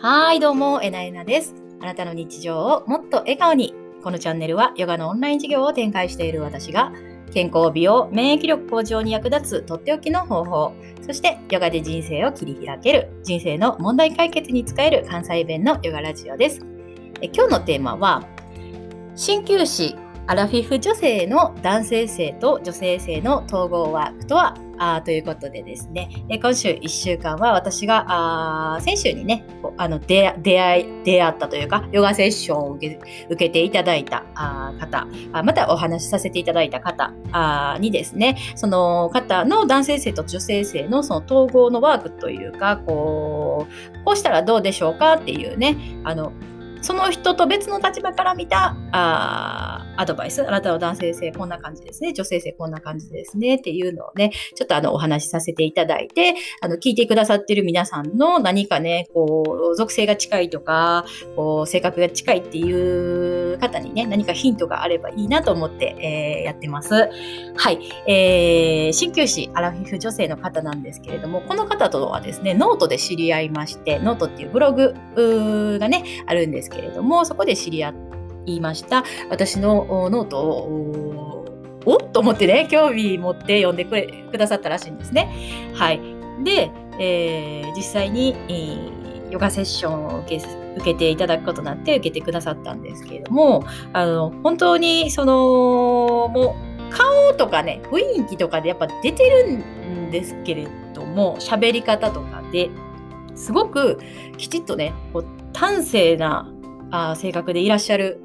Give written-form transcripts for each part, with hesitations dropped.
はい、どうも、えなえなです。あなたの日常をもっと笑顔に。このチャンネルはヨガのオンライン授業を展開している私が、健康、美容、免疫力向上に役立つとっておきの方法、そしてヨガで人生を切り開ける、人生の問題解決に使える関西弁のヨガラジオです。今日のテーマは、鍼灸師アラフィフ女性の男性性と女性性の統合ワークとはということでですね、今週1週間は私が先週にね出会ったというかヨガセッションを受けていただいた方、またお話しさせていただいた方にですね、その方の男性性と女性性のその統合のワークというか、こうしたらどうでしょうかっていうね、その人と別の立場から見たアドバイス、あなたの男性性こんな感じですね、女性性こんな感じですねっていうのをね、ちょっとお話しさせていただいて、聞いてくださってる皆さんの何かね、属性が近いとか、性格が近いっていう方にね、何かヒントがあればいいなと思って、やってます。はい。鍼灸師アラフィフ女性の方なんですけれども、この方とはですね、ノートで知り合いまして、ノートっていうブログがね、あるんですけれども、そこで知り合いました。私のノートをおっと思ってね、興味持って読んでくださったらしいんですね。はい。で、実際に、ヨガセッションを受けていただくことになって受けてくださったんですけれども、本当にもう顔とかね、雰囲気とかでやっぱ出てるんですけれども、喋り方とかですごくきちっとね、端正な性格でいらっしゃる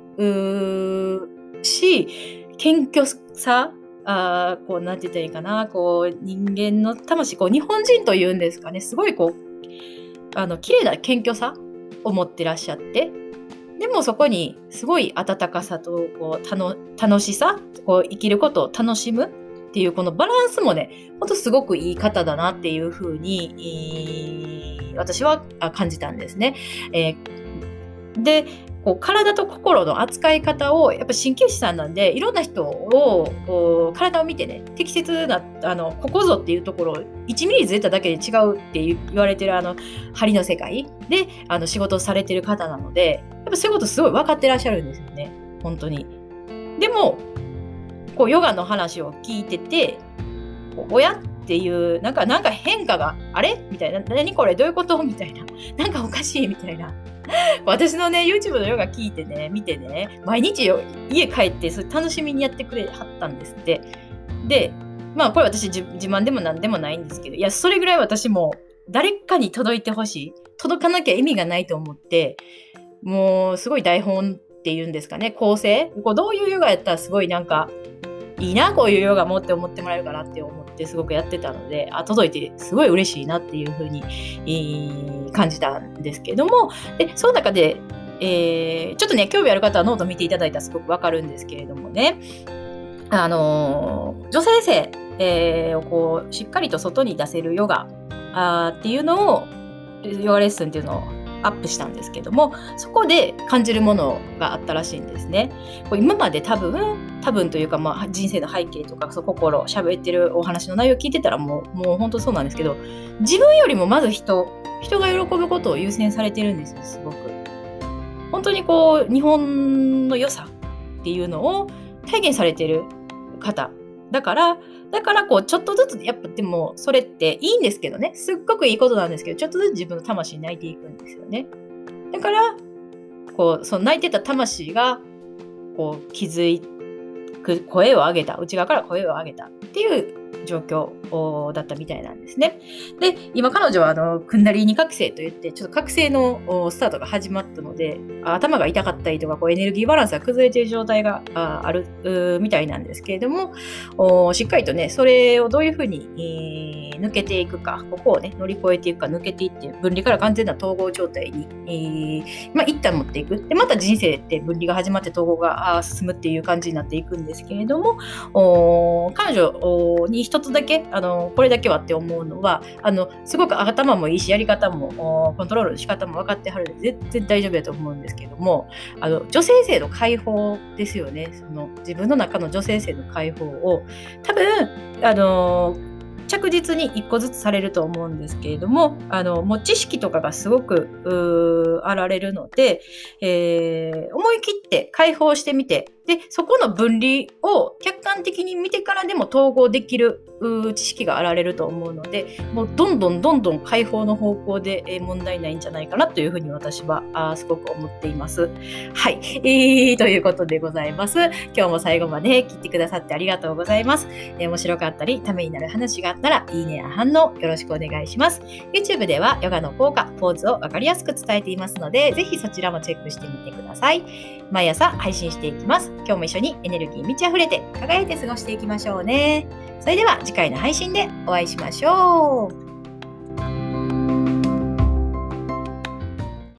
し、謙虚さ、なんて言ったらいいかな、人間の魂、日本人というんですかね、すごい綺麗な謙虚さを持ってらっしゃって、でもそこにすごい温かさと楽しさ、生きることを楽しむっていうこのバランスもね、ほんとすごくいい方だなっていうふうに、私は感じたんですね。で、体と心の扱い方をやっぱ鍼灸師さんなんで、いろんな人を体を見てね、適切なここぞっていうところを1ミリずれただけで違うって言われてる針の世界で仕事をされてる方なので、やっぱそういうことすごい分かってらっしゃるんですよね、本当に。でもヨガの話を聞いてて、親っていうなんか変化があれみたいな、何これどういうことみたいな、なんかおかしいみたいな。私のね YouTube のヨガ聞いてね、見てね、毎日家帰ってそれ楽しみにやってくれはったんですって。で、これ私自慢でもなんでもないんですけど、いやそれぐらい私も誰かに届いてほしい、届かなきゃ意味がないと思って、もうすごい台本っていうんですかね、構成どういうヨガやったらすごいなんかいいな、こういうヨガもって思ってもらえるかなって思ってすごくやってたので、届いてすごい嬉しいなっていう風に、感じたんですけども、でその中で、ちょっとね興味ある方はノート見ていただいたらすごくわかるんですけれどもね、女性性、をしっかりと外に出せるヨガっていうのを、ヨガレッスンっていうのをアップしたんですけども、そこで感じるものがあったらしいんですね。今まで多分というか、人生の背景とか心喋ってるお話の内容を聞いてたらもう本当そうなんですけど、自分よりもまず人が喜ぶことを優先されてるんですよ、すごく。本当に日本の良さっていうのを体現されてる方だからちょっとずつやっぱ、でもそれっていいんですけどね、すっごくいいことなんですけど、ちょっとずつ自分の魂に泣いていくんですよね。だからその泣いてた魂が気づく声を上げた、内側から声を上げたっていう状況だったみたいなんですね。で、今彼女はクンダリーニ覚醒といって、ちょっと覚醒のスタートが始まったので、頭が痛かったりとかエネルギーバランスが崩れている状態があるみたいなんですけれども、しっかりとね、それをどういうふうに、抜けていくか、ここをね乗り越えていくか、抜けていって分離から完全な統合状態に、一旦持っていく。でまた人生って分離が始まって統合が進むっていう感じになっていくんですけれども、彼女に一つだけこれだけはって思うのは、すごく頭もいいし、やり方もコントロールの仕方も分かってはるので全然大丈夫だと思うんですけども、女性性の解放ですよね。自分の中の女性性の解放を多分着実に一個ずつされると思うんですけれども、もう知識とかがすごくあられるので、思い切って解放してみて、で、そこの分離を客観的に見てからでも統合できる知識があられると思うので、もうどんどん解放の方向で問題ないんじゃないかなというふうに私はすごく思っています。はい、ということでございます。今日も最後まで聞いてくださってありがとうございます。面白かったりためになる話があったらいいねや反応よろしくお願いします。YouTube ではヨガの効果、ポーズをわかりやすく伝えていますので、ぜひそちらもチェックしてみてください。毎朝配信していきます。今日も一緒にエネルギー満ち溢れて輝いて過ごしていきましょうね。それでは次回の配信でお会いしましょう。